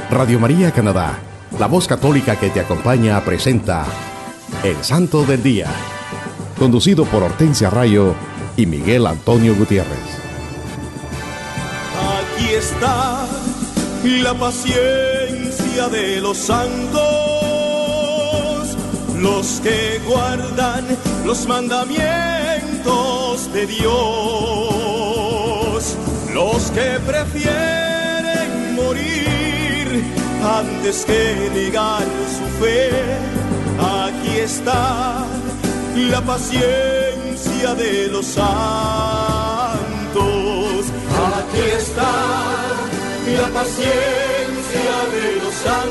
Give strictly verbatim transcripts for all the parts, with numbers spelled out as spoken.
Radio María Canadá, la voz católica que te acompaña, presenta El Santo del Día, conducido por Hortensia Rayo y Miguel Antonio Gutiérrez. Aquí está la paciencia de los santos, los que guardan los mandamientos de Dios, los que prefieren morir antes que negar su fe. Aquí está la paciencia de los santos. Aquí está la paciencia de los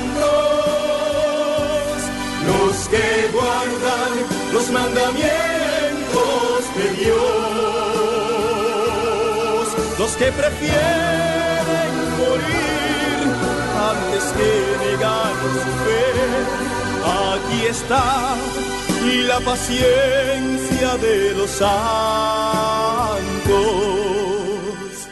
santos, los que guardan los mandamientos de Dios, los que prefieren morir antes que negar su fe. Aquí está la paciencia de los santos.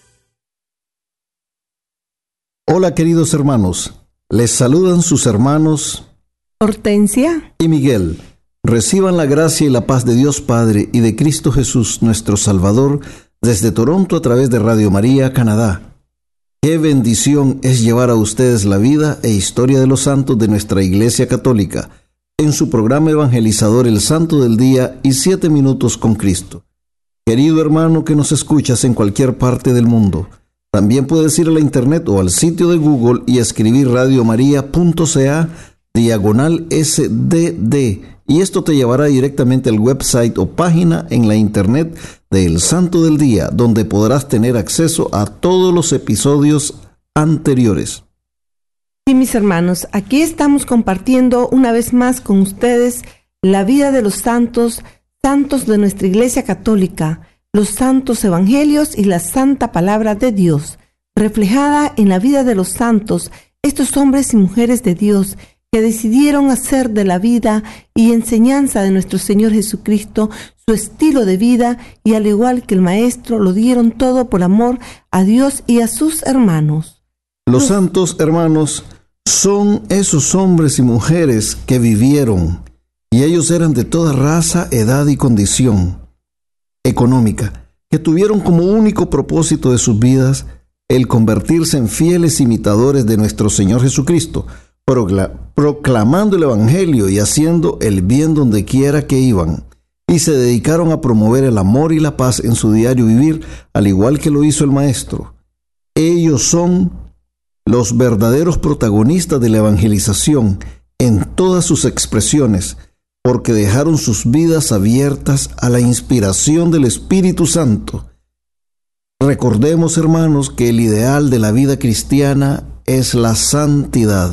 Hola, queridos hermanos, les saludan sus hermanos Hortensia y Miguel. Reciban la gracia y la paz de Dios Padre y de Cristo Jesús, nuestro Salvador, desde Toronto a través de Radio María Canadá. Qué bendición es llevar a ustedes la vida e historia de los santos de nuestra Iglesia Católica en su programa evangelizador El Santo del Día y Siete Minutos con Cristo. Querido hermano que nos escuchas en cualquier parte del mundo, también puedes ir a la internet o al sitio de Google y escribir radiomaria.ca diagonal S D D, y esto te llevará directamente al website o página en la internet de El Santo del Día, donde podrás tener acceso a todos los episodios anteriores. Sí, mis hermanos, aquí estamos compartiendo una vez más con ustedes la vida de los santos, santos de nuestra Iglesia Católica, los santos evangelios y la santa palabra de Dios, reflejada en la vida de los santos, estos hombres y mujeres de Dios que decidieron hacer de la vida y enseñanza de nuestro Señor Jesucristo su estilo de vida, y al igual que el Maestro, lo dieron todo por amor a Dios y a sus hermanos. Los santos, hermanos, son esos hombres y mujeres que vivieron, y ellos eran de toda raza, edad y condición económica, que tuvieron como único propósito de sus vidas el convertirse en fieles imitadores de nuestro Señor Jesucristo, proclamando el Evangelio y haciendo el bien donde quiera que iban, y se dedicaron a promover el amor y la paz en su diario vivir, al igual que lo hizo el Maestro. Ellos son los verdaderos protagonistas de la evangelización en todas sus expresiones, porque dejaron sus vidas abiertas a la inspiración del Espíritu Santo. Recordemos, hermanos, que el ideal de la vida cristiana es la santidad.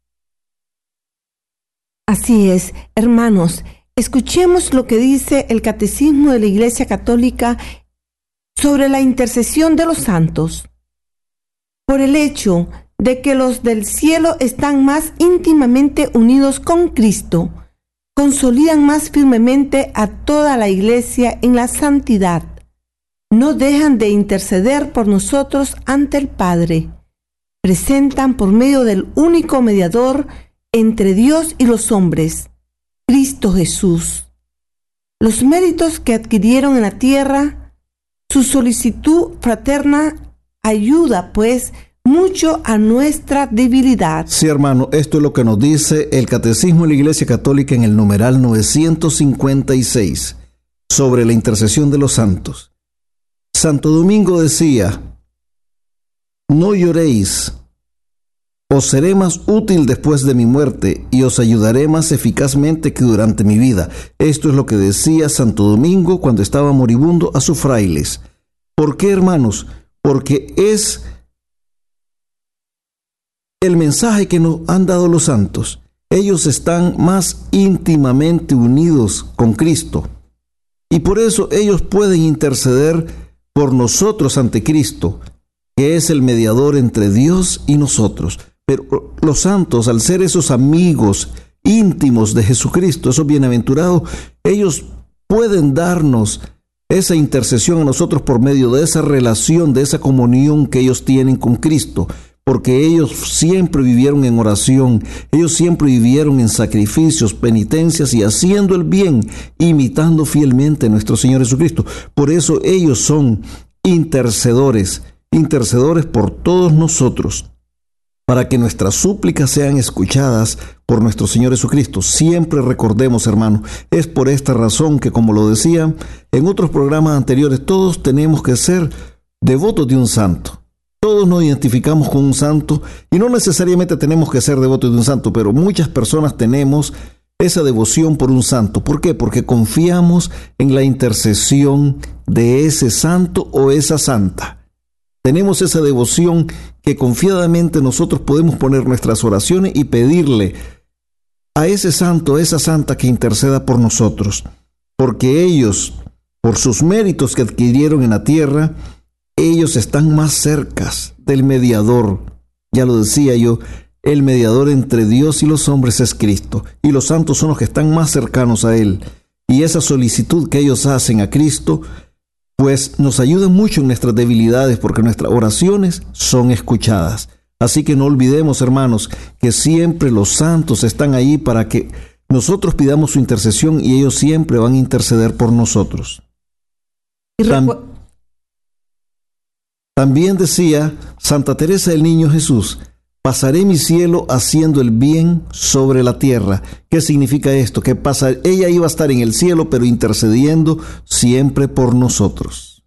Así es, hermanos, escuchemos lo que dice el Catecismo de la Iglesia Católica sobre la intercesión de los santos. Por el hecho de que los del cielo están más íntimamente unidos con Cristo, consolidan más firmemente a toda la Iglesia en la santidad. No dejan de interceder por nosotros ante el Padre. Presentan por medio del único mediador entre Dios y los hombres, Cristo Jesús, los méritos que adquirieron en la tierra. Su solicitud fraterna ayuda, pues, mucho a nuestra debilidad. Sí, hermano, esto es lo que nos dice el Catecismo de la Iglesia Católica en el numeral novecientos cincuenta y seis, sobre la intercesión de los santos. Santo Domingo decía: no lloréis, os seré más útil después de mi muerte y os ayudaré más eficazmente que durante mi vida. Esto es lo que decía Santo Domingo cuando estaba moribundo a sus frailes. ¿Por qué, hermanos? Porque es el mensaje que nos han dado los santos. Ellos están más íntimamente unidos con Cristo, y por eso ellos pueden interceder por nosotros ante Cristo, que es el mediador entre Dios y nosotros. Pero los santos, al ser esos amigos íntimos de Jesucristo, esos bienaventurados, ellos pueden darnos esa intercesión a nosotros por medio de esa relación, de esa comunión que ellos tienen con Cristo. porque ellos siempre vivieron en oración, ellos siempre vivieron en sacrificios, penitencias y haciendo el bien, imitando fielmente a nuestro Señor Jesucristo. Por eso ellos son intercedores, intercedores por todos nosotros, para que nuestras súplicas sean escuchadas por nuestro Señor Jesucristo. Siempre recordemos, hermano, es por esta razón que, como lo decía en otros programas anteriores, todos tenemos que ser devotos de un santo. Todos nos identificamos con un santo y no necesariamente tenemos que ser devotos de un santo, pero muchas personas tenemos esa devoción por un santo. ¿Por qué? Porque confiamos en la intercesión de ese santo o esa santa. Tenemos esa devoción que confiadamente nosotros podemos poner nuestras oraciones y pedirle a ese santo, a esa santa que interceda por nosotros, porque ellos, por sus méritos que adquirieron en la tierra, ellos están más cerca del mediador. Ya lo decía yo, el mediador entre Dios y los hombres es Cristo, y los santos son los que están más cercanos a Él. Y esa solicitud que ellos hacen a Cristo, pues nos ayuda mucho en nuestras debilidades, porque nuestras oraciones son escuchadas. Así que no olvidemos, hermanos, que siempre los santos están ahí para que nosotros pidamos su intercesión y ellos siempre van a interceder por nosotros. Y Tam- También decía Santa Teresa del Niño Jesús: pasaré mi cielo haciendo el bien sobre la tierra. ¿Qué significa esto? Que pasa, ella iba a estar en el cielo, pero intercediendo siempre por nosotros.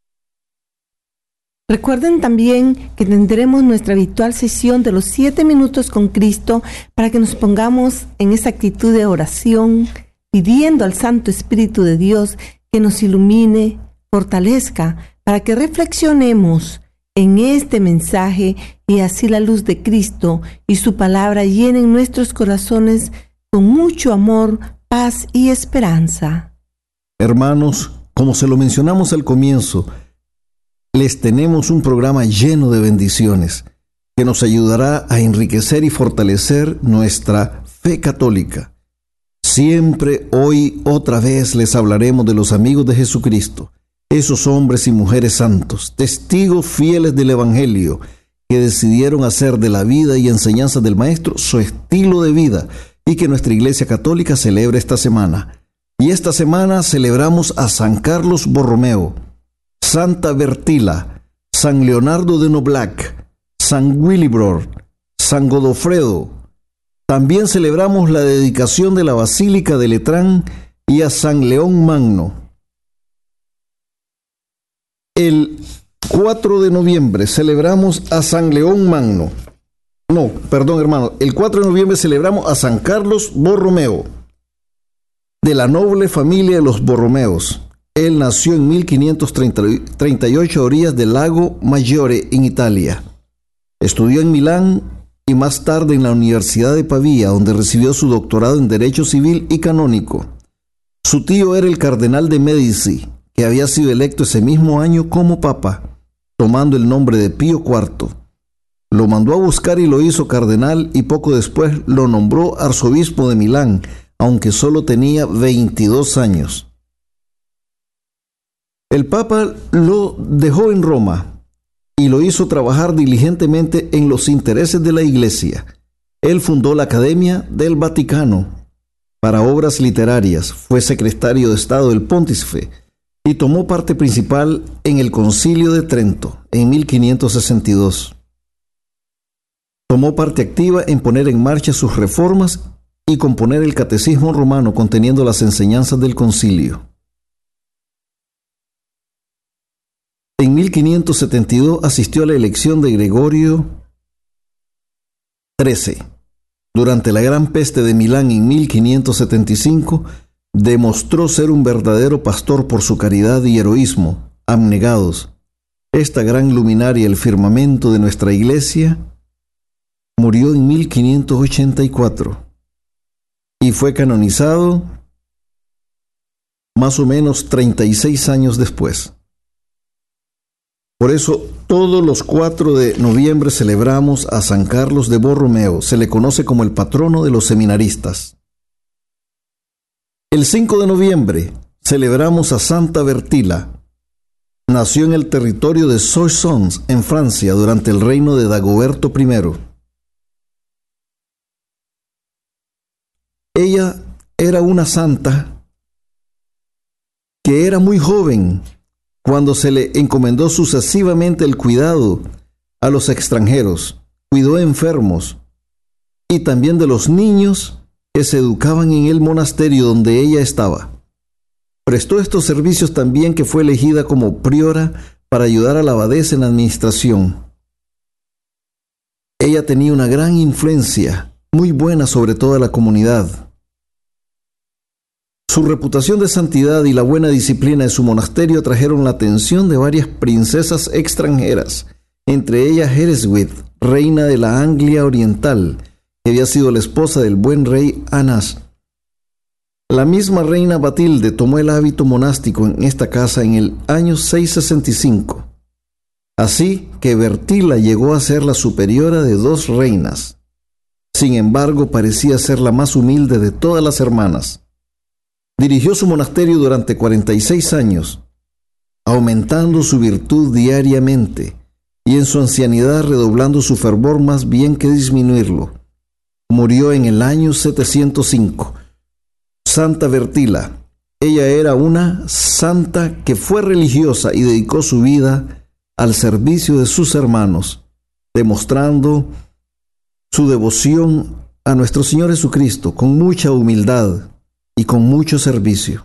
Recuerden también que tendremos nuestra habitual sesión de los siete minutos con Cristo para que nos pongamos en esa actitud de oración, pidiendo al Santo Espíritu de Dios que nos ilumine, fortalezca, para que reflexionemos en este mensaje y así la luz de Cristo y su palabra llenen nuestros corazones con mucho amor, paz y esperanza. Hermanos, como se lo mencionamos al comienzo, les tenemos un programa lleno de bendiciones que nos ayudará a enriquecer y fortalecer nuestra fe católica. Siempre, hoy, otra vez les hablaremos de los amigos de Jesucristo, esos hombres y mujeres santos, testigos fieles del Evangelio, que decidieron hacer de la vida y enseñanza del Maestro su estilo de vida y que nuestra Iglesia Católica celebra esta semana. Y esta semana celebramos a San Carlos Borromeo, Santa Bertila, San Leonardo de Noblac, San Willibrord, San Godofredo. También celebramos la dedicación de la Basílica de Letrán y a San León Magno. El cuatro de noviembre celebramos a San León Magno. No, perdón, hermano. El cuatro de noviembre celebramos a San Carlos Borromeo, de la noble familia de los Borromeos. Él nació en mil quinientos treinta y ocho a orillas del lago Maggiore, en Italia. Estudió en Milán y más tarde en la Universidad de Pavía, donde recibió su doctorado en Derecho Civil y Canónico. Su tío era el cardenal de Medici, que había sido electo ese mismo año como papa, tomando el nombre de Pío cuarto. Lo mandó a buscar y lo hizo cardenal, y poco después lo nombró arzobispo de Milán, aunque solo tenía veintidós años. El Papa lo dejó en Roma y lo hizo trabajar diligentemente en los intereses de la Iglesia. Él fundó la Academia del Vaticano para obras literarias, fue secretario de Estado del Pontífice y tomó parte principal en el Concilio de Trento en mil quinientos sesenta y dos. Tomó parte activa en poner en marcha sus reformas y componer el Catecismo Romano conteniendo las enseñanzas del concilio. En mil quinientos setenta y dos asistió a la elección de Gregorio trece. Durante la Gran Peste de Milán en mil quinientos setenta y cinco, demostró ser un verdadero pastor por su caridad y heroísmo, abnegados. Esta gran luminaria, el firmamento de nuestra Iglesia, murió en mil quinientos ochenta y cuatro y fue canonizado más o menos treinta y seis años después. Por eso, todos los cuatro de noviembre celebramos a San Carlos de Borromeo. Se le conoce como el patrono de los seminaristas. El cinco de noviembre celebramos a Santa Bertila, nació en el territorio de Soissons, en Francia, durante el reino de Dagoberto primero. Ella era una santa que era muy joven cuando se le encomendó sucesivamente el cuidado a los extranjeros, cuidó enfermos y también de los niños que se educaban en el monasterio donde ella estaba. Prestó estos servicios también que fue elegida como priora para ayudar a la abadesa en la administración. Ella tenía una gran influencia, muy buena sobre toda la comunidad. Su reputación de santidad y la buena disciplina de su monasterio trajeron la atención de varias princesas extranjeras, entre ellas Ereswith, reina de la Anglia Oriental, que había sido la esposa del buen rey Anás. La misma reina Batilde tomó el hábito monástico en esta casa en el año seiscientos sesenta y cinco. Así que Bertila llegó a ser la superiora de dos reinas. Sin embargo, parecía ser la más humilde de todas las hermanas. Dirigió su monasterio durante cuarenta y seis años, aumentando su virtud diariamente y en su ancianidad redoblando su fervor más bien que disminuirlo. Murió en el año setecientos cinco. Santa Bertila. Ella era una santa que fue religiosa y dedicó su vida al servicio de sus hermanos, demostrando su devoción a nuestro Señor Jesucristo con mucha humildad y con mucho servicio.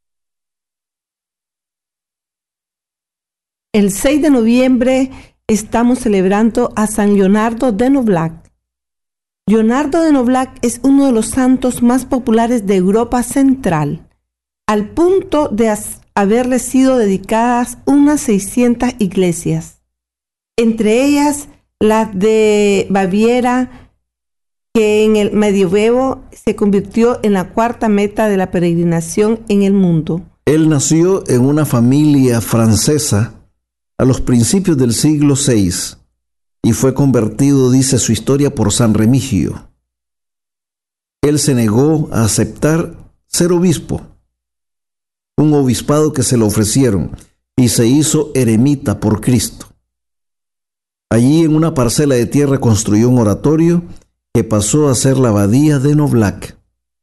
El seis de noviembre estamos celebrando a San Leonardo de Noblac. Leonardo de Noblac es uno de los santos más populares de Europa Central, al punto de haberle sido dedicadas unas seiscientas iglesias, entre ellas las de Baviera, que en el medioevo se convirtió en la cuarta meta de la peregrinación en el mundo. Él nació en una familia francesa a los principios del siglo seis y fue convertido, dice su historia, por San Remigio. Él se negó a aceptar ser obispo, un obispado que se le ofrecieron, y se hizo eremita por Cristo. Allí en una parcela de tierra construyó un oratorio que pasó a ser la abadía de Noblac.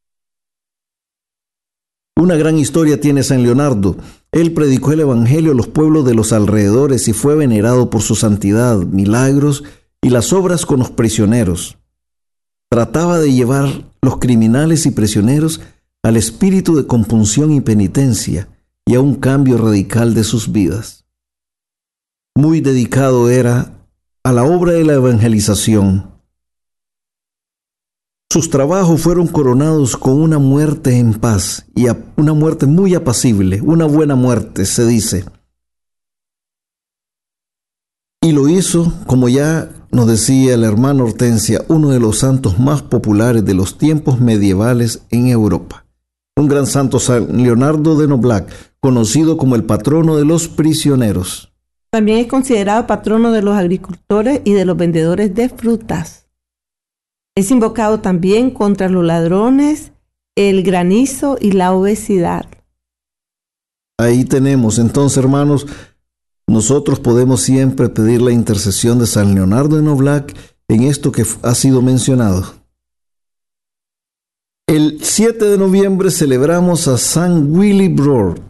Una gran historia tiene San Leonardo. Él predicó el evangelio a los pueblos de los alrededores y fue venerado por su santidad, milagros y las obras con los prisioneros. Trataba de llevar los criminales y prisioneros al espíritu de compunción y penitencia y a un cambio radical de sus vidas. Muy dedicado era a la obra de la evangelización. Sus trabajos fueron coronados con una muerte en paz y una muerte muy apacible, una buena muerte, se dice. Y lo hizo, como ya nos decía el hermano Hortensia, uno de los santos más populares de los tiempos medievales en Europa. Un gran santo, San Leonardo de Noblac, conocido como el patrono de los prisioneros. También es considerado patrono de los agricultores y de los vendedores de frutas. Es invocado también contra los ladrones, el granizo y la obesidad. Ahí tenemos, entonces, hermanos, nosotros podemos siempre pedir la intercesión de San Leonardo de Noblac en esto que ha sido mencionado. El siete de noviembre celebramos a San Willibrord.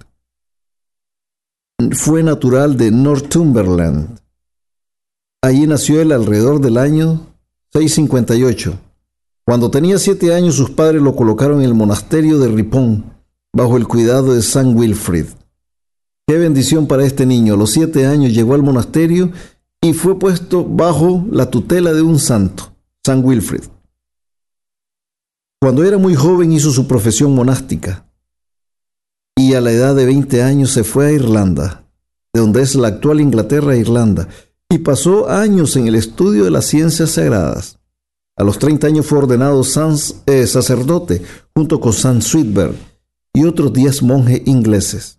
Fue natural de Northumberland. Allí nació él alrededor del año seiscientos cincuenta y ocho. Cuando tenía siete años, sus padres lo colocaron en el monasterio de Ripon, bajo el cuidado de San Wilfrid. Qué bendición para este niño. A los siete años llegó al monasterio y fue puesto bajo la tutela de un santo, San Wilfrid. Cuando era muy joven hizo su profesión monástica y a la edad de veinte años se fue a Irlanda, de donde es la actual Inglaterra e Irlanda, y pasó años en el estudio de las ciencias sagradas. A los treinta años fue ordenado san, eh, sacerdote junto con San Switberg y otros diez monjes ingleses.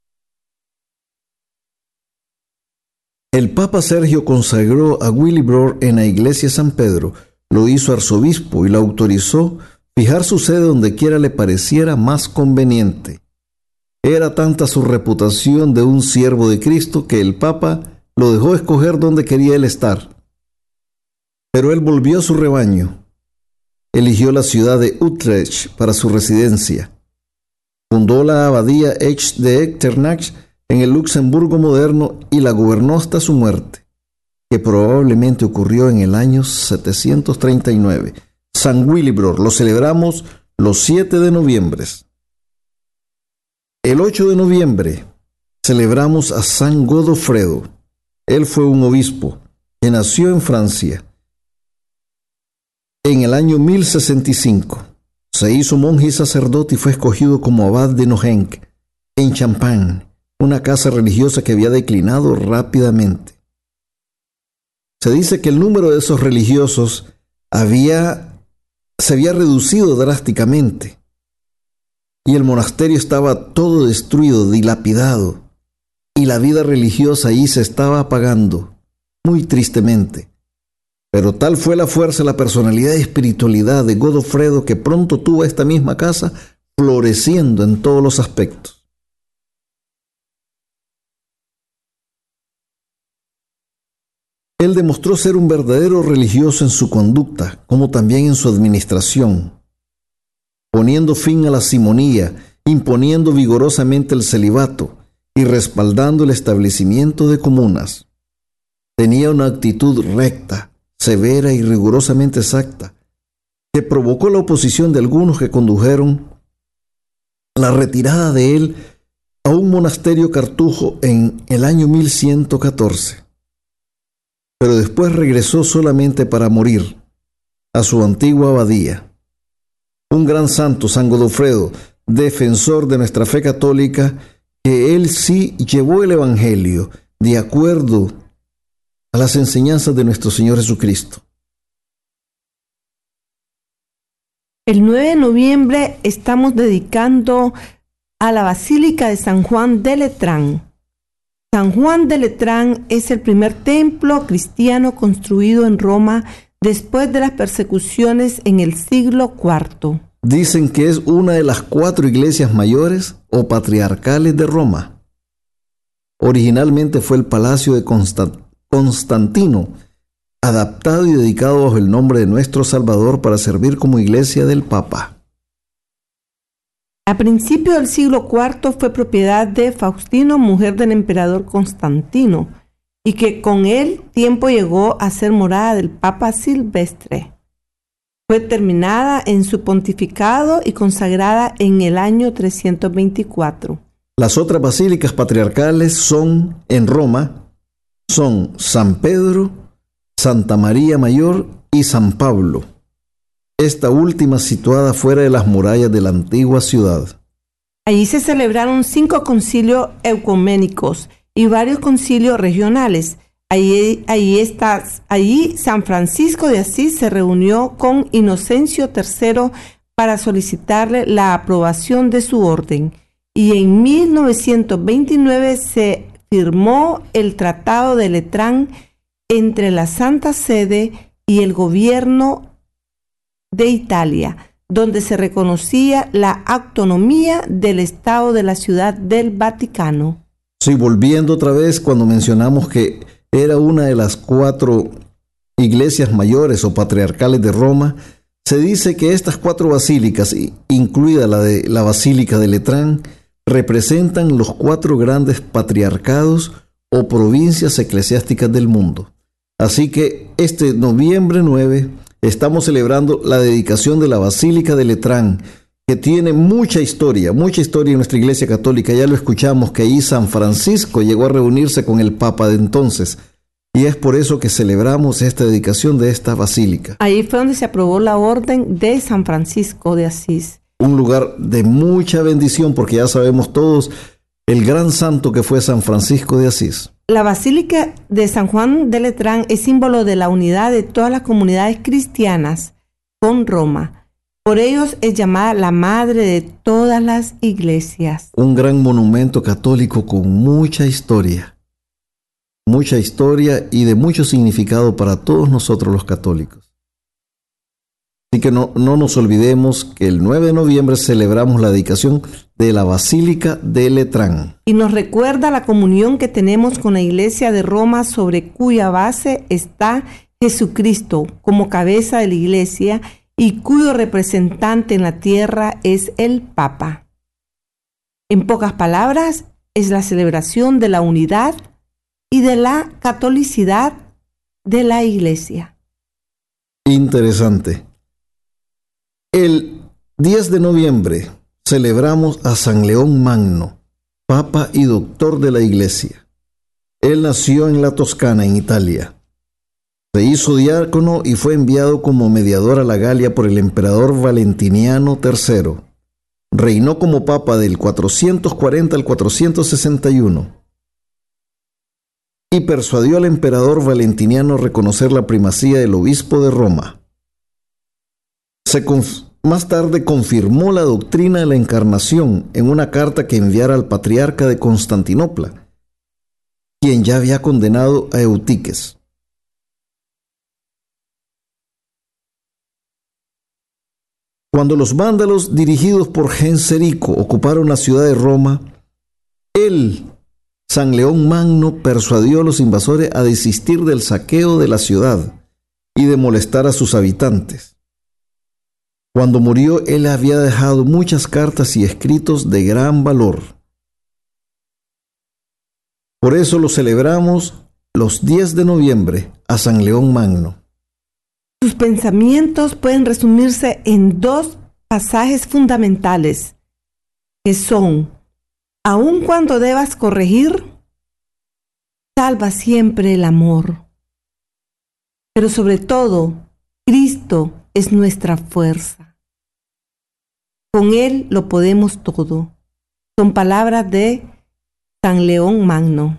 El Papa Sergio consagró a Willibrord en la iglesia de San Pedro, lo hizo arzobispo y lo autorizó fijar su sede donde quiera le pareciera más conveniente. Era tanta su reputación de un siervo de Cristo que el Papa lo dejó escoger dónde quería él estar. Pero él volvió a su rebaño. Eligió la ciudad de Utrecht para su residencia. Fundó la abadía de Echternach en el Luxemburgo moderno y la gobernó hasta su muerte, que probablemente ocurrió en el año setecientos treinta y nueve. San Willibrord lo celebramos los siete de noviembre. El ocho de noviembre celebramos a San Godofredo. Él fue un obispo que nació en Francia. En el año mil sesenta y cinco se hizo monje y sacerdote y fue escogido como abad de Nohenck, en Champagne, una casa religiosa que había declinado rápidamente. Se dice que el número de esos religiosos había, se había reducido drásticamente y el monasterio estaba todo destruido, dilapidado, y la vida religiosa allí se estaba apagando, muy tristemente. Pero tal fue la fuerza, la personalidad y espiritualidad de Godofredo que pronto tuvo esta misma casa floreciendo en todos los aspectos. Él demostró ser un verdadero religioso en su conducta, como también en su administración, poniendo fin a la simonía, imponiendo vigorosamente el celibato y respaldando el establecimiento de comunas. Tenía una actitud recta, severa y rigurosamente exacta, que provocó la oposición de algunos que condujeron la retirada de él a un monasterio cartujo en el año mil ciento catorce. Pero después regresó solamente para morir a su antigua abadía. Un gran santo, San Godofredo, defensor de nuestra fe católica, que él sí llevó el Evangelio de acuerdo a las enseñanzas de nuestro Señor Jesucristo. El nueve de noviembre estamos dedicando a la Basílica de San Juan de Letrán. San Juan de Letrán es el primer templo cristiano construido en Roma después de las persecuciones en el siglo cuarto. Dicen que es una de las cuatro iglesias mayores o patriarcales de Roma. Originalmente fue el palacio de Constant- Constantino, adaptado y dedicado bajo el nombre de nuestro Salvador para servir como iglesia del Papa. A principios del siglo cuarto fue propiedad de Faustino, mujer del emperador Constantino, y que con el tiempo llegó a ser morada del Papa Silvestre. Fue terminada en su pontificado y consagrada en el año trescientos veinticuatro. Las otras basílicas patriarcales son, en Roma, son San Pedro, Santa María Mayor y San Pablo. Esta última situada fuera de las murallas de la antigua ciudad. Allí se celebraron cinco concilios ecuménicos y varios concilios regionales. Allí, allí, está, allí San Francisco de Asís se reunió con Inocencio tercero para solicitarle la aprobación de su orden. Y en mil novecientos veintinueve se firmó el Tratado de Letrán entre la Santa Sede y el gobierno de Italia, donde se reconocía la autonomía del Estado de la Ciudad del Vaticano. Sí, volviendo otra vez cuando mencionamos que era una de las cuatro iglesias mayores o patriarcales de Roma, se dice que estas cuatro basílicas, incluida la de la Basílica de Letrán, representan los cuatro grandes patriarcados o provincias eclesiásticas del mundo. Así que este noviembre nueve estamos celebrando la dedicación de la Basílica de Letrán, que tiene mucha historia, mucha historia en nuestra Iglesia Católica. Ya lo escuchamos que ahí San Francisco llegó a reunirse con el Papa de entonces. Y es por eso que celebramos esta dedicación de esta basílica. Ahí fue donde se aprobó la orden de San Francisco de Asís. Un lugar de mucha bendición, porque ya sabemos todos el gran santo que fue San Francisco de Asís. La Basílica de San Juan de Letrán es símbolo de la unidad de todas las comunidades cristianas con Roma. Por ellos es llamada la madre de todas las iglesias. Un gran monumento católico con mucha historia. Mucha historia y de mucho significado para todos nosotros los católicos. Así que no, no nos olvidemos que el nueve de noviembre celebramos la dedicación de la Basílica de Letrán. Y nos recuerda la comunión que tenemos con la Iglesia de Roma, sobre cuya base está Jesucristo como cabeza de la Iglesia y cuyo representante en la tierra es el Papa. En pocas palabras, es la celebración de la unidad y de la catolicidad de la Iglesia. Interesante. El diez de noviembre celebramos a San León Magno, Papa y Doctor de la Iglesia. Él nació en la Toscana, en Italia. Se hizo diácono y fue enviado como mediador a la Galia por el emperador Valentiniano tercero. Reinó como papa del cuatrocientos cuarenta al cuatrocientos sesenta y uno y persuadió al emperador Valentiniano a reconocer la primacía del obispo de Roma. Se conf- más tarde confirmó la doctrina de la encarnación en una carta que enviara al patriarca de Constantinopla, quien ya había condenado a Eutiques. Cuando los vándalos, dirigidos por Genserico, ocuparon la ciudad de Roma, él, San León Magno, persuadió a los invasores a desistir del saqueo de la ciudad y de molestar a sus habitantes. Cuando murió, él había dejado muchas cartas y escritos de gran valor. Por eso lo celebramos los diez de noviembre a San León Magno. Sus pensamientos pueden resumirse en dos pasajes fundamentales, que son: aun cuando debas corregir, salva siempre el amor. Pero sobre todo, Cristo es nuestra fuerza. Con Él lo podemos todo. Son palabras de San León Magno.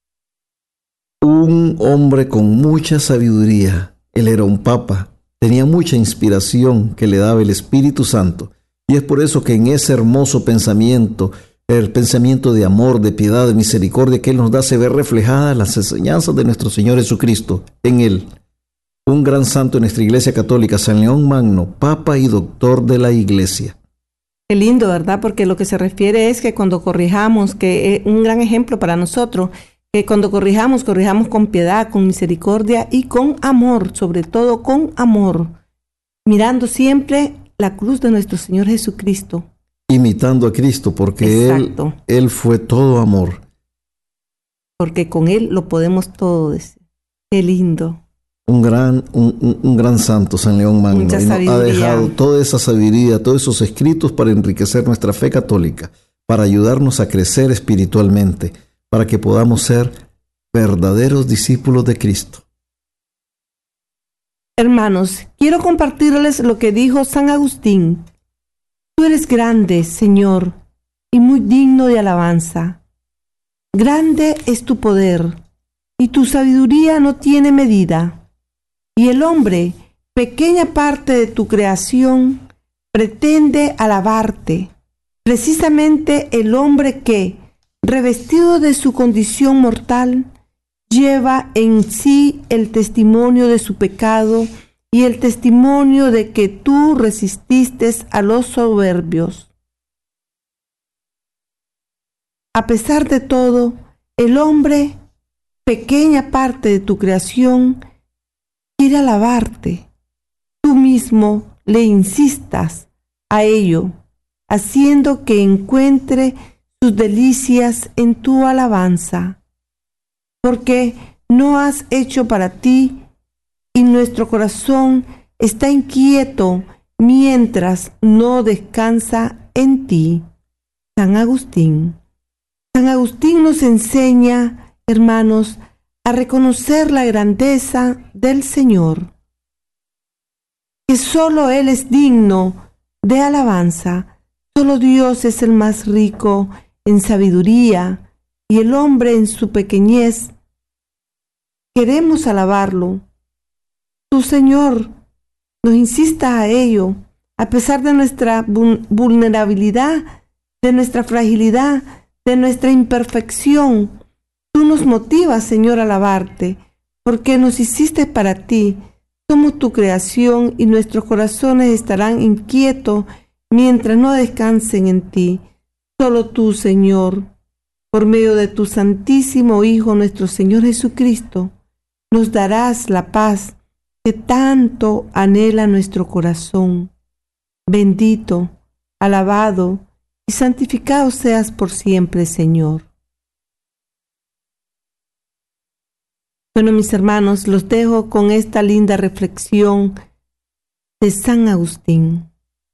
Un hombre con mucha sabiduría. Él era un papa, tenía mucha inspiración que le daba el Espíritu Santo. Y es por eso que en ese hermoso pensamiento, el pensamiento de amor, de piedad, de misericordia que Él nos da, se ve reflejada las enseñanzas de nuestro Señor Jesucristo en Él. Un gran santo en nuestra Iglesia Católica, San León Magno, Papa y Doctor de la Iglesia. Qué lindo, ¿verdad? Porque lo que se refiere es que cuando corrijamos, que es un gran ejemplo para nosotros, que cuando corrijamos, corrijamos con piedad, con misericordia y con amor, sobre todo con amor, mirando siempre la cruz de nuestro Señor Jesucristo. Imitando a Cristo, porque él, él fue todo amor. Porque con Él lo podemos todo decir. Qué lindo. Un gran, un, un, un gran santo, San León Magno. Mucha y nos sabiduría. Ha dejado toda esa sabiduría, todos esos escritos para enriquecer nuestra fe católica, para ayudarnos a crecer espiritualmente, para que podamos ser verdaderos discípulos de Cristo. Hermanos, quiero compartirles lo que dijo San Agustín. Tú eres grande, Señor, y muy digno de alabanza. Grande es tu poder, y tu sabiduría no tiene medida. Y el hombre, pequeña parte de tu creación, pretende alabarte. Precisamente el hombre que, revestido de su condición mortal, lleva en sí el testimonio de su pecado y el testimonio de que tú resististe a los soberbios. A pesar de todo, el hombre, pequeña parte de tu creación, quiere alabarte. Tú mismo le insistas a ello, haciendo que encuentre sus delicias en tu alabanza, porque no has hecho para ti y nuestro corazón está inquieto mientras no descansa en ti. San Agustín. San Agustín nos enseña, hermanos, a reconocer la grandeza del Señor, que solo Él es digno de alabanza, solo Dios es el más rico en sabiduría, y el hombre en su pequeñez. Queremos alabarlo. Tu Señor nos insista a ello, a pesar de nuestra vulnerabilidad, de nuestra fragilidad, de nuestra imperfección. Tú nos motivas, Señor, a alabarte, porque nos hiciste para ti. Somos tu creación y nuestros corazones estarán inquietos mientras no descansen en ti. Solo tú, Señor, por medio de tu Santísimo Hijo, nuestro Señor Jesucristo, nos darás la paz que tanto anhela nuestro corazón. Bendito, alabado y santificado seas por siempre, Señor. Bueno, mis hermanos, los dejo con esta linda reflexión de San Agustín.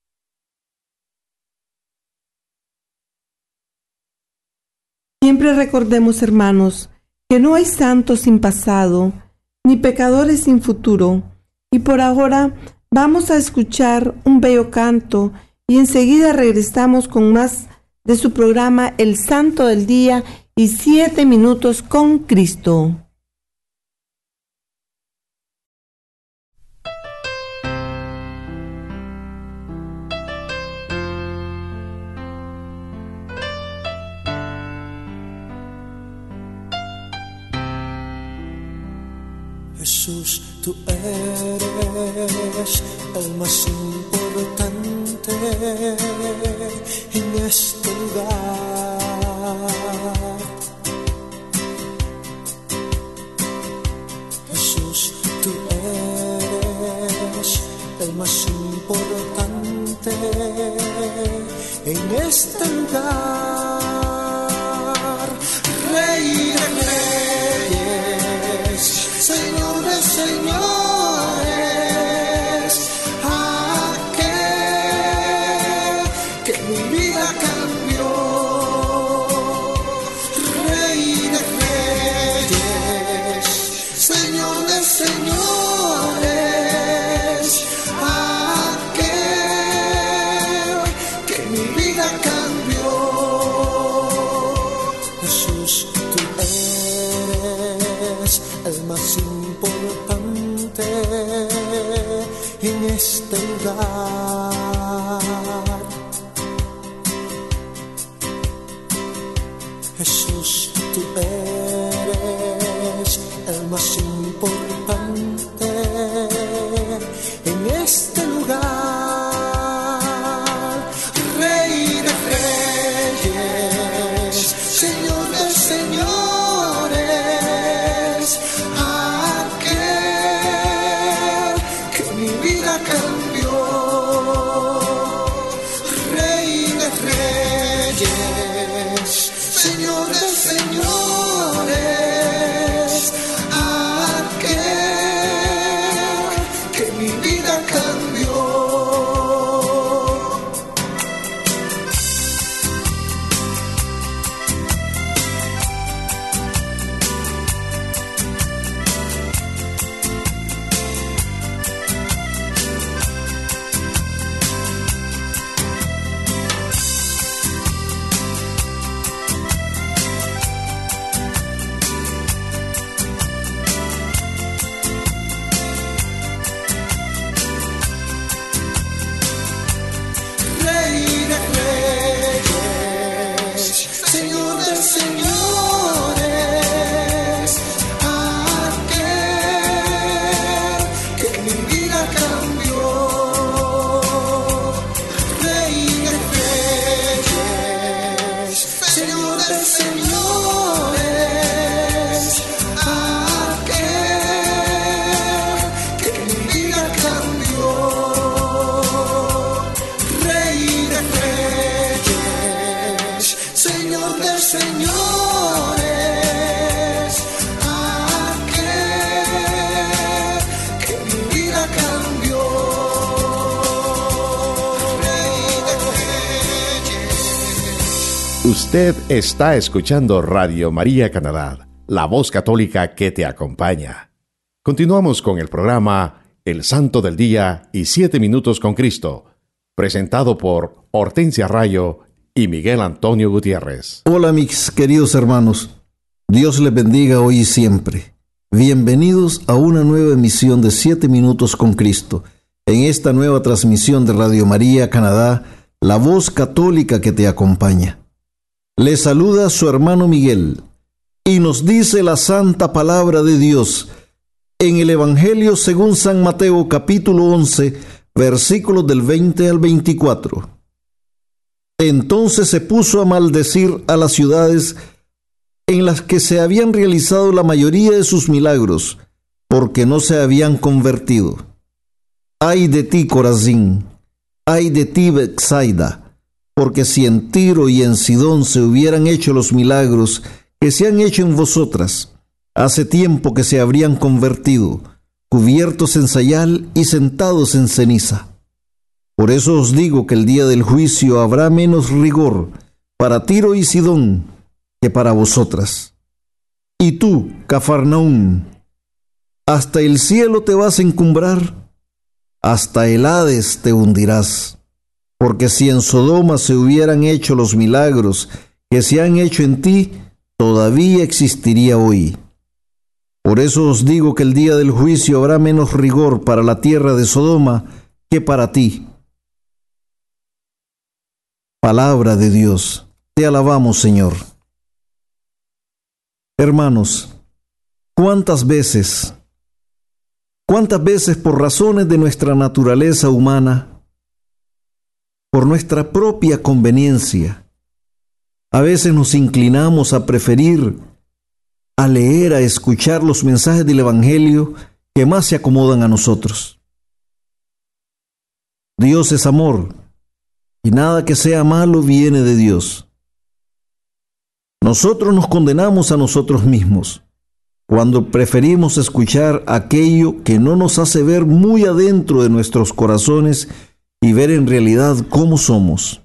Siempre recordemos, hermanos, que no hay santos sin pasado, ni pecadores sin futuro. Y por ahora vamos a escuchar un bello canto y enseguida regresamos con más de su programa El Santo del Día y Siete Minutos con Cristo. Jesús, tú eres el más importante en este lugar. Jesús, tú eres el más importante en este lugar. Rey de reyes, Señor de señores, aquel que mi vida cambió. Rey de reyes, Señor de señores, aquel que mi vida cambió. Jesús, tú eres el más importante en este lugar. Jesús, tú eres el más importante en este lugar. Rey de reyes, Señor de señores, aquel que mi vida cambió. Rey de reyes, Señor de señores, aquel que mi vida cambió. Usted está escuchando Radio María Canadá, la voz católica que te acompaña. Continuamos con el programa El Santo del Día y Siete Minutos con Cristo, presentado por Hortensia Rayo y Miguel Antonio Gutiérrez. Hola mis queridos hermanos, Dios les bendiga hoy y siempre. Bienvenidos a una nueva emisión de Siete Minutos con Cristo, en esta nueva transmisión de Radio María Canadá, la voz católica que te acompaña. Le saluda su hermano Miguel y nos dice la santa palabra de Dios en el Evangelio según San Mateo capítulo once, versículos del veinte al veinticuatro. Entonces se puso a maldecir a las ciudades en las que se habían realizado la mayoría de sus milagros, porque no se habían convertido. ¡Ay de ti, Corazín! ¡Ay de ti, Betsaida! Porque si en Tiro y en Sidón se hubieran hecho los milagros que se han hecho en vosotras, hace tiempo que se habrían convertido, cubiertos en sayal y sentados en ceniza. Por eso os digo que el día del juicio habrá menos rigor para Tiro y Sidón que para vosotras. Y tú, Cafarnaúm, ¿hasta el cielo te vas a encumbrar? Hasta el Hades te hundirás. Porque si en Sodoma se hubieran hecho los milagros que se han hecho en ti, todavía existiría hoy. Por eso os digo que el día del juicio habrá menos rigor para la tierra de Sodoma que para ti. Palabra de Dios. Te alabamos, Señor. Hermanos, ¿cuántas veces, cuántas veces por razones de nuestra naturaleza humana, por nuestra propia conveniencia, a veces nos inclinamos a preferir a leer, a escuchar los mensajes del Evangelio que más se acomodan a nosotros? Dios es amor, y nada que sea malo viene de Dios. Nosotros nos condenamos a nosotros mismos cuando preferimos escuchar aquello que no nos hace ver muy adentro de nuestros corazones y ver en realidad cómo somos.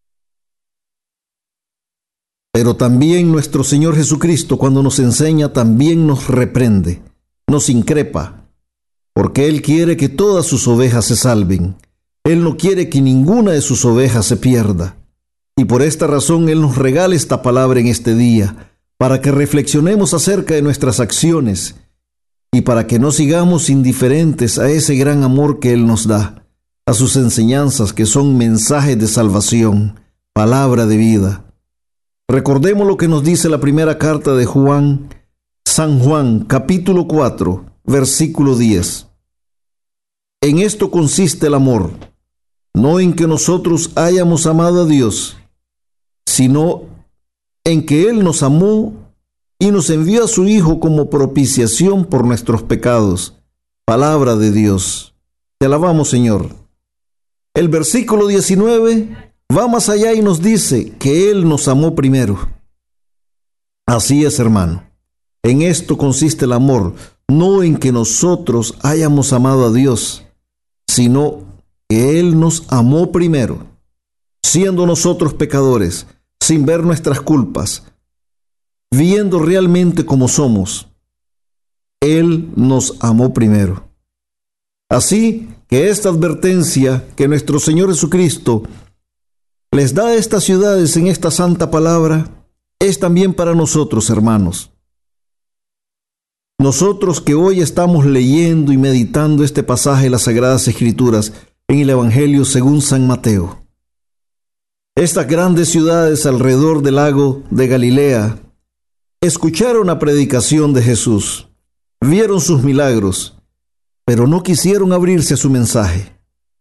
Pero también nuestro Señor Jesucristo, cuando nos enseña, también nos reprende, nos increpa, porque Él quiere que todas sus ovejas se salven. Él no quiere que ninguna de sus ovejas se pierda. Y por esta razón Él nos regala esta palabra en este día, para que reflexionemos acerca de nuestras acciones y para que no sigamos indiferentes a ese gran amor que Él nos da, a sus enseñanzas que son mensajes de salvación, palabra de vida. Recordemos lo que nos dice la primera carta de Juan, San Juan, capítulo cuatro, versículo diez. En esto consiste el amor, no en que nosotros hayamos amado a Dios, sino en que Él nos amó y nos envió a su Hijo como propiciación por nuestros pecados. Palabra de Dios. Te alabamos, Señor. El versículo diecinueve va más allá y nos dice que Él nos amó primero. Así es, hermano. En esto consiste el amor, no en que nosotros hayamos amado a Dios, sino que Él nos amó primero, siendo nosotros pecadores, sin ver nuestras culpas, viendo realmente como somos. Él nos amó primero. Así que esta advertencia que nuestro Señor Jesucristo les da a estas ciudades en esta santa palabra es también para nosotros, hermanos. Nosotros que hoy estamos leyendo y meditando este pasaje de las Sagradas Escrituras en el Evangelio según San Mateo. Estas grandes ciudades alrededor del lago de Galilea escucharon la predicación de Jesús, vieron sus milagros, pero no quisieron abrirse a su mensaje.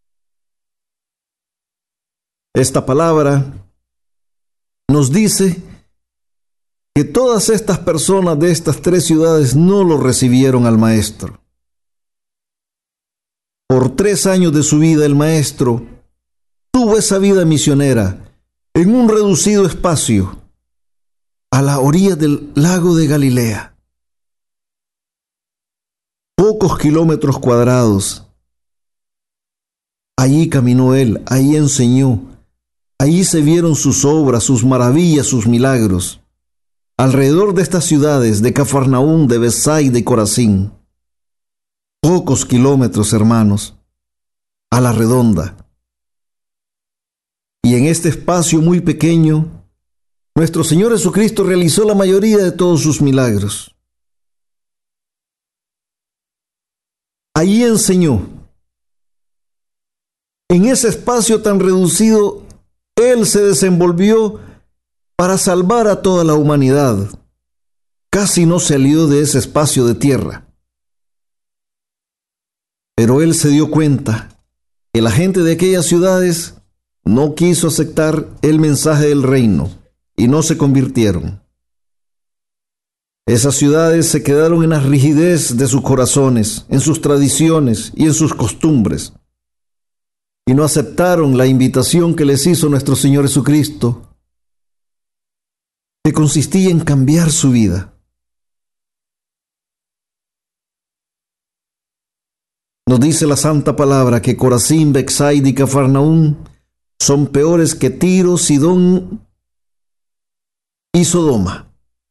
Esta palabra nos dice que todas estas personas de estas tres ciudades no lo recibieron al Maestro. Por tres años de su vida el Maestro tuvo esa vida misionera en un reducido espacio a la orilla del lago de Galilea. Pocos kilómetros cuadrados. Allí caminó Él, allí enseñó, allí se vieron sus obras, sus maravillas, sus milagros. Alrededor de estas ciudades de Cafarnaúm, de Betsaida y de Corazín. Pocos kilómetros, hermanos, a la redonda. Y en este espacio muy pequeño, nuestro Señor Jesucristo realizó la mayoría de todos sus milagros. Allí enseñó. En ese espacio tan reducido, Él se desenvolvió para salvar a toda la humanidad. Casi no salió de ese espacio de tierra. Pero él se dio cuenta que la gente de aquellas ciudades no quiso aceptar el mensaje del reino y no se convirtieron. Esas ciudades se quedaron en la rigidez de sus corazones, en sus tradiciones y en sus costumbres, y no aceptaron la invitación que les hizo nuestro Señor Jesucristo, que consistía en cambiar su vida. Nos dice la Santa Palabra que Corazín, Betsaida y Cafarnaúm son peores que Tiro, Sidón y Sodoma.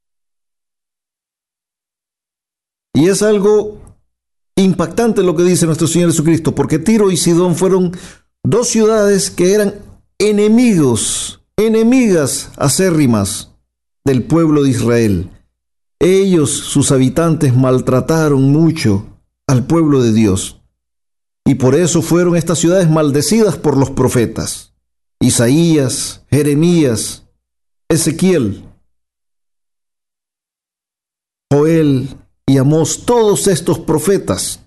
Y es algo impactante lo que dice nuestro Señor Jesucristo, porque Tiro y Sidón fueron dos ciudades que eran enemigos, enemigas acérrimas del pueblo de Israel. Ellos, sus habitantes, maltrataron mucho al pueblo de Dios. Y por eso fueron estas ciudades maldecidas por los profetas. Isaías, Jeremías, Ezequiel, Joel y Amós, todos estos profetas,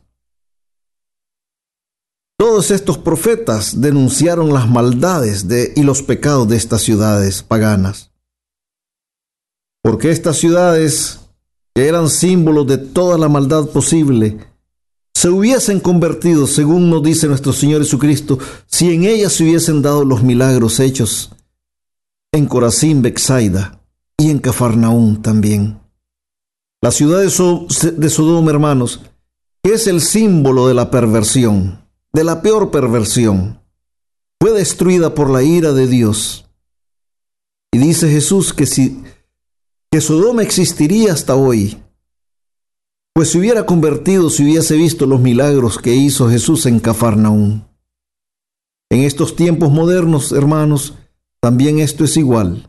todos estos profetas denunciaron las maldades de, y los pecados de estas ciudades paganas. Porque estas ciudades, que eran símbolos de toda la maldad posible, se hubiesen convertido, según nos dice nuestro Señor Jesucristo, si en ellas se hubiesen dado los milagros hechos en Corazín, Betsaida y en Cafarnaúm también. La ciudad de, so de Sodoma, hermanos, es el símbolo de la perversión, de la peor perversión. Fue destruida por la ira de Dios. Y dice Jesús que, si, que Sodoma existiría hasta hoy, pues se hubiera convertido si hubiese visto los milagros que hizo Jesús en Cafarnaúm. En estos tiempos modernos, hermanos, también esto es igual.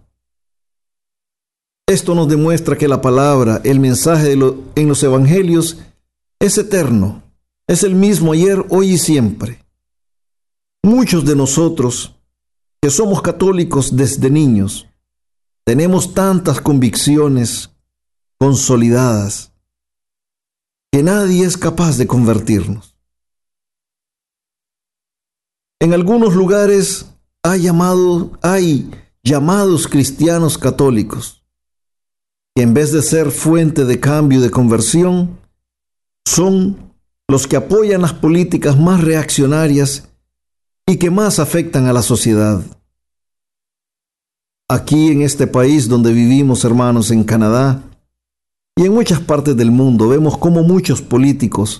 Esto nos demuestra que la palabra, el mensaje de lo, en los evangelios es eterno, es el mismo ayer, hoy y siempre. Muchos de nosotros, que somos católicos desde niños, tenemos tantas convicciones consolidadas que nadie es capaz de convertirnos. En algunos lugares hay, llamado, hay llamados cristianos católicos que en vez de ser fuente de cambio y de conversión, son los que apoyan las políticas más reaccionarias y que más afectan a la sociedad. Aquí en este país donde vivimos, hermanos, en Canadá, y en muchas partes del mundo, vemos cómo muchos políticos,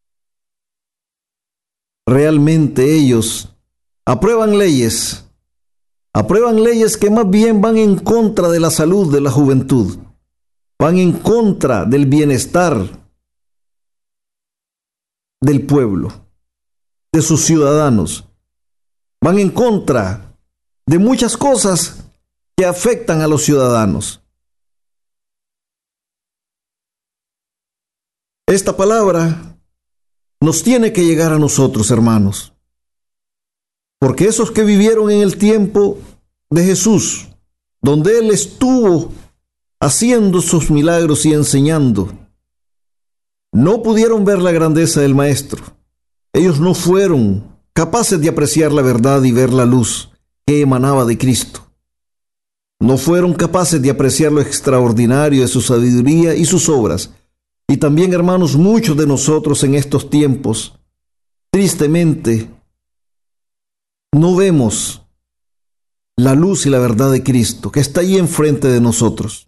realmente ellos aprueban leyes, aprueban leyes que más bien van en contra de la salud de la juventud, van en contra del bienestar del pueblo, de sus ciudadanos, van en contra de muchas cosas que afectan a los ciudadanos. Esta palabra nos tiene que llegar a nosotros, hermanos, porque esos que vivieron en el tiempo de Jesús, donde Él estuvo haciendo sus milagros y enseñando, no pudieron ver la grandeza del Maestro. Ellos no fueron capaces de apreciar la verdad y ver la luz que emanaba de Cristo. No fueron capaces de apreciar lo extraordinario de su sabiduría y sus obras. Y también, hermanos, muchos de nosotros en estos tiempos, tristemente, no vemos la luz y la verdad de Cristo, que está ahí enfrente de nosotros.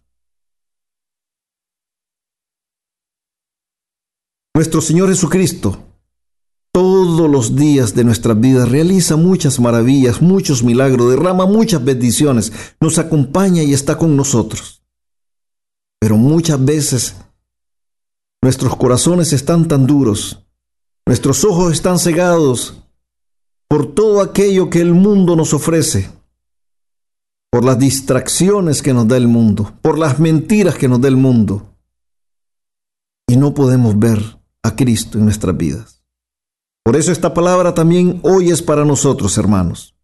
Nuestro Señor Jesucristo, todos los días de nuestras vidas, realiza muchas maravillas, muchos milagros, derrama muchas bendiciones, nos acompaña y está con nosotros. Pero muchas veces nuestros corazones están tan duros, nuestros ojos están cegados por todo aquello que el mundo nos ofrece, por las distracciones que nos da el mundo, por las mentiras que nos da el mundo, y no podemos ver a Cristo en nuestras vidas. Por eso esta palabra también hoy es para nosotros, hermanos.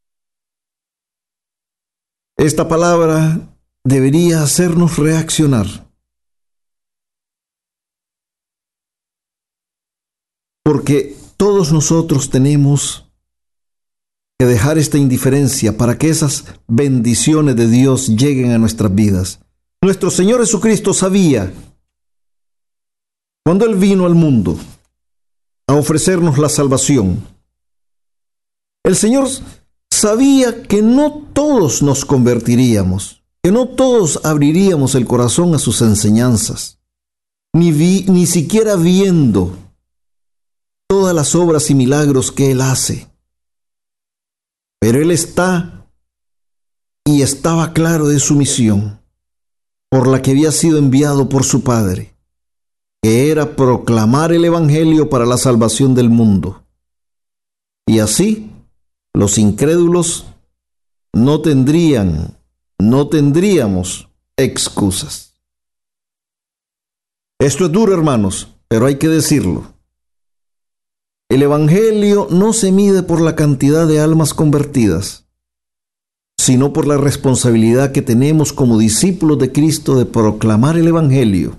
Esta palabra debería hacernos reaccionar. Porque todos nosotros tenemos que dejar esta indiferencia para que esas bendiciones de Dios lleguen a nuestras vidas. Nuestro Señor Jesucristo sabía, cuando Él vino al mundo a ofrecernos la salvación, el Señor sabía que no todos nos convertiríamos, que no todos abriríamos el corazón a sus enseñanzas, ni, vi, ni siquiera viendo todas las obras y milagros que Él hace. Pero Él está y estaba claro de su misión, por la que había sido enviado por su Padre, que era proclamar el Evangelio para la salvación del mundo. Y así, los incrédulos no tendrían, no tendríamos excusas. Esto es duro, hermanos, pero hay que decirlo. El Evangelio no se mide por la cantidad de almas convertidas, sino por la responsabilidad que tenemos como discípulos de Cristo de proclamar el Evangelio.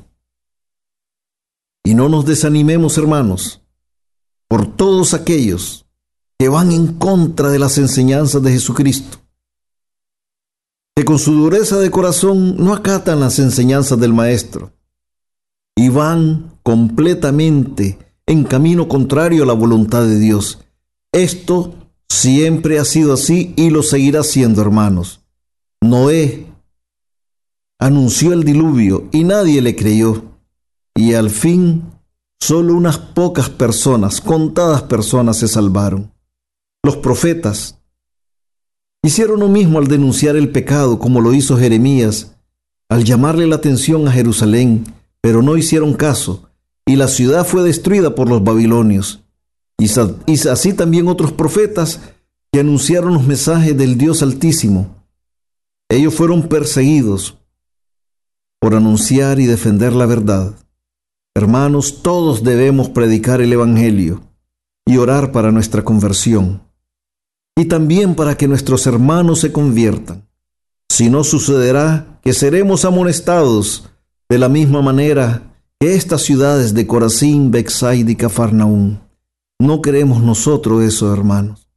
Y no nos desanimemos, hermanos, por todos aquellos que van en contra de las enseñanzas de Jesucristo, que con su dureza de corazón no acatan las enseñanzas del Maestro y van completamente en camino contrario a la voluntad de Dios. Esto siempre ha sido así y lo seguirá siendo, hermanos. Noé anunció el diluvio y nadie le creyó, y al fin solo unas pocas personas, contadas personas, se salvaron. Los profetas hicieron lo mismo al denunciar el pecado, como lo hizo Jeremías al llamarle la atención a Jerusalén, pero no hicieron caso, y la ciudad fue destruida por los babilonios. Y así también otros profetas que anunciaron los mensajes del Dios Altísimo. Ellos fueron perseguidos por anunciar y defender la verdad. Hermanos, todos debemos predicar el Evangelio y orar para nuestra conversión, y también para que nuestros hermanos se conviertan. Si no, sucederá que seremos amonestados de la misma manera que estas ciudades de Corazín, Betsaida y Cafarnaúm. No queremos nosotros eso, hermanos.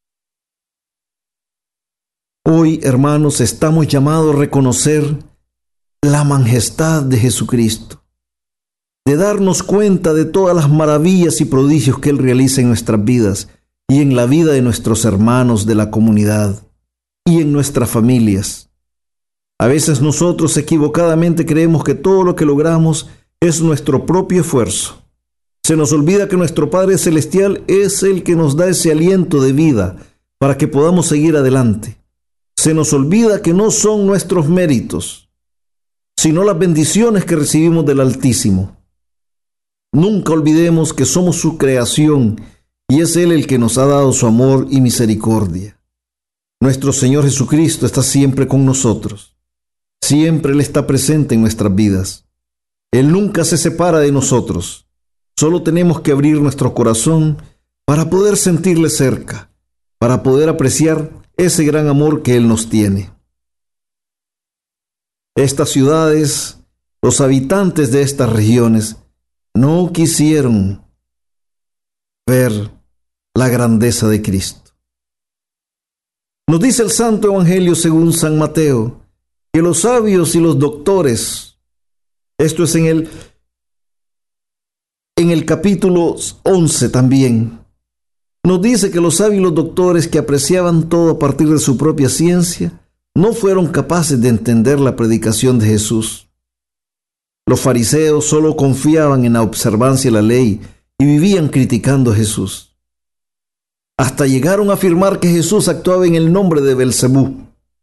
Hoy, hermanos, estamos llamados a reconocer la majestad de Jesucristo, de darnos cuenta de todas las maravillas y prodigios que Él realiza en nuestras vidas y en la vida de nuestros hermanos de la comunidad y en nuestras familias. A veces nosotros equivocadamente creemos que todo lo que logramos es nuestro propio esfuerzo. Se nos olvida que nuestro Padre Celestial es el que nos da ese aliento de vida para que podamos seguir adelante. Se nos olvida que no son nuestros méritos, sino las bendiciones que recibimos del Altísimo. Nunca olvidemos que somos su creación y es Él el que nos ha dado su amor y misericordia. Nuestro Señor Jesucristo está siempre con nosotros. Siempre Él está presente en nuestras vidas. Él nunca se separa de nosotros. Solo tenemos que abrir nuestro corazón para poder sentirle cerca, para poder apreciar ese gran amor que Él nos tiene. Estas ciudades, los habitantes de estas regiones, no quisieron ver la grandeza de Cristo. Nos dice el Santo Evangelio según San Mateo, que los sabios y los doctores, esto es en el En el capítulo once también, nos dice que los sabios y los doctores que apreciaban todo a partir de su propia ciencia, no fueron capaces de entender la predicación de Jesús. Los fariseos solo confiaban en la observancia de la ley y vivían criticando a Jesús. Hasta llegaron a afirmar que Jesús actuaba en el nombre de Belcebú.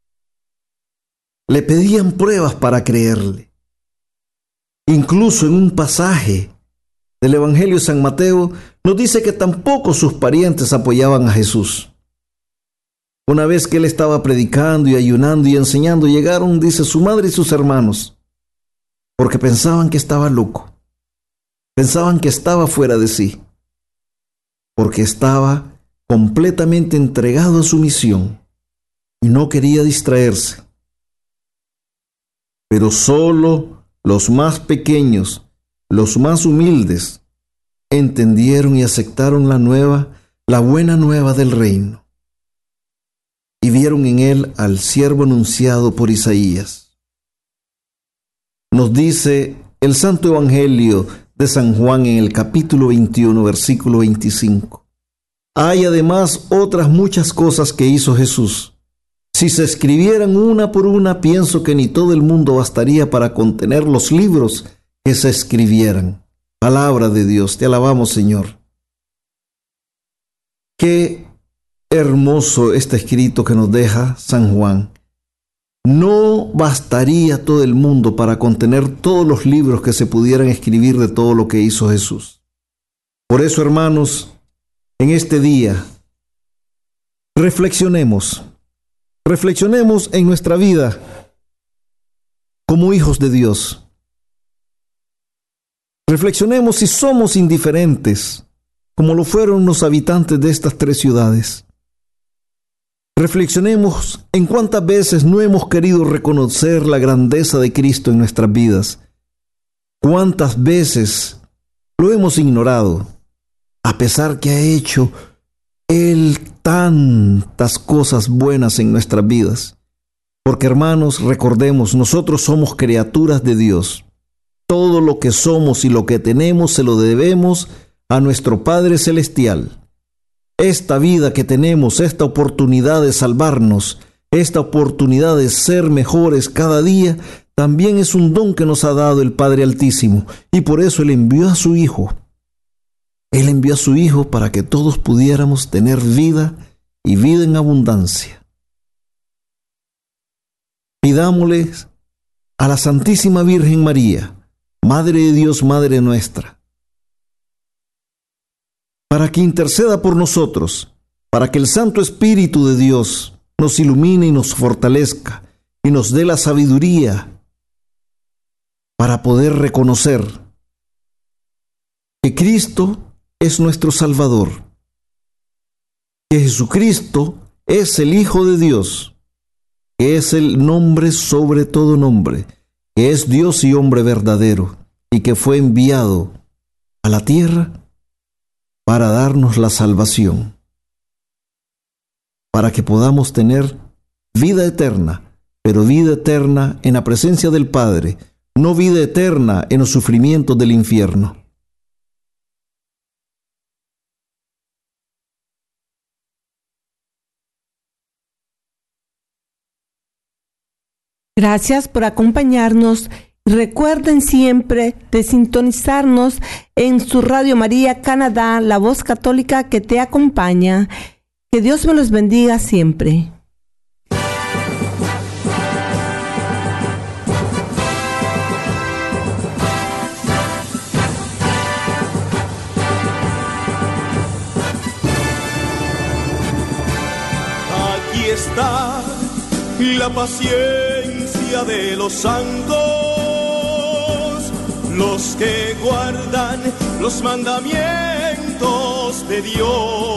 Le pedían pruebas para creerle. Incluso en un pasaje del Evangelio de San Mateo nos dice que tampoco sus parientes apoyaban a Jesús. Una vez que él estaba predicando y ayunando y enseñando, llegaron, dice, su madre y sus hermanos, porque pensaban que estaba loco, pensaban que estaba fuera de sí, porque estaba completamente entregado a su misión y no quería distraerse. Pero solo los más pequeños, los más humildes, entendieron y aceptaron la nueva, la buena nueva del reino, y vieron en él al siervo anunciado por Isaías. Nos dice el Santo Evangelio de San Juan en el capítulo veintiuno, versículo veinticinco. Hay además otras muchas cosas que hizo Jesús. Si se escribieran una por una, pienso que ni todo el mundo bastaría para contener los libros que se escribieran. Palabra de Dios, te alabamos, Señor. Qué hermoso este escrito que nos deja San Juan. No bastaría todo el mundo para contener todos los libros que se pudieran escribir de todo lo que hizo Jesús. Por eso, hermanos, en este día, reflexionemos, reflexionemos en nuestra vida como hijos de Dios. Reflexionemos si somos indiferentes, como lo fueron los habitantes de estas tres ciudades. Reflexionemos en cuántas veces no hemos querido reconocer la grandeza de Cristo en nuestras vidas. Cuántas veces lo hemos ignorado, a pesar que ha hecho Él tantas cosas buenas en nuestras vidas. Porque, hermanos, recordemos, nosotros somos criaturas de Dios. Todo lo que somos y lo que tenemos se lo debemos a nuestro Padre Celestial. Esta vida que tenemos, esta oportunidad de salvarnos, esta oportunidad de ser mejores cada día, también es un don que nos ha dado el Padre Altísimo. Y por eso Él envió a su Hijo. Él envió a su Hijo para que todos pudiéramos tener vida y vida en abundancia. Pidámosles a la Santísima Virgen María, Madre de Dios, Madre nuestra, para que interceda por nosotros, para que el Santo Espíritu de Dios nos ilumine y nos fortalezca y nos dé la sabiduría para poder reconocer que Cristo es nuestro Salvador, que Jesucristo es el Hijo de Dios, que es el nombre sobre todo nombre, que es Dios y hombre verdadero, y que fue enviado a la tierra para darnos la salvación, para que podamos tener vida eterna, pero vida eterna en la presencia del Padre, no vida eterna en los sufrimientos del infierno. Gracias por acompañarnos. Recuerden siempre de sintonizarnos en su Radio María Canadá, la voz católica que te acompaña. Que Dios me los bendiga siempre. Aquí está la paciencia de los santos, los que guardan los mandamientos de Dios,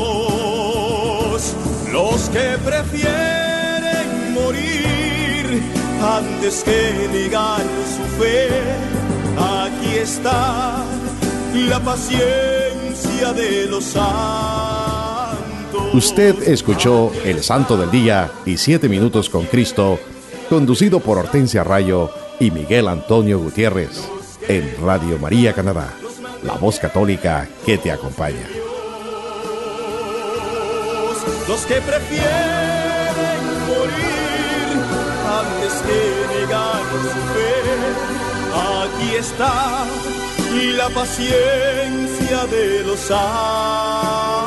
los que prefieren morir antes que negar su fe. Aquí está la paciencia de los santos. Usted escuchó El Santo del Día y Siete Minutos con Cristo, conducido por Hortensia Rayo y Miguel Antonio Gutiérrez, en Radio María Canadá, la voz católica que te acompaña. Los que prefieren morir antes que negar su fe. Aquí está la paciencia de los santos.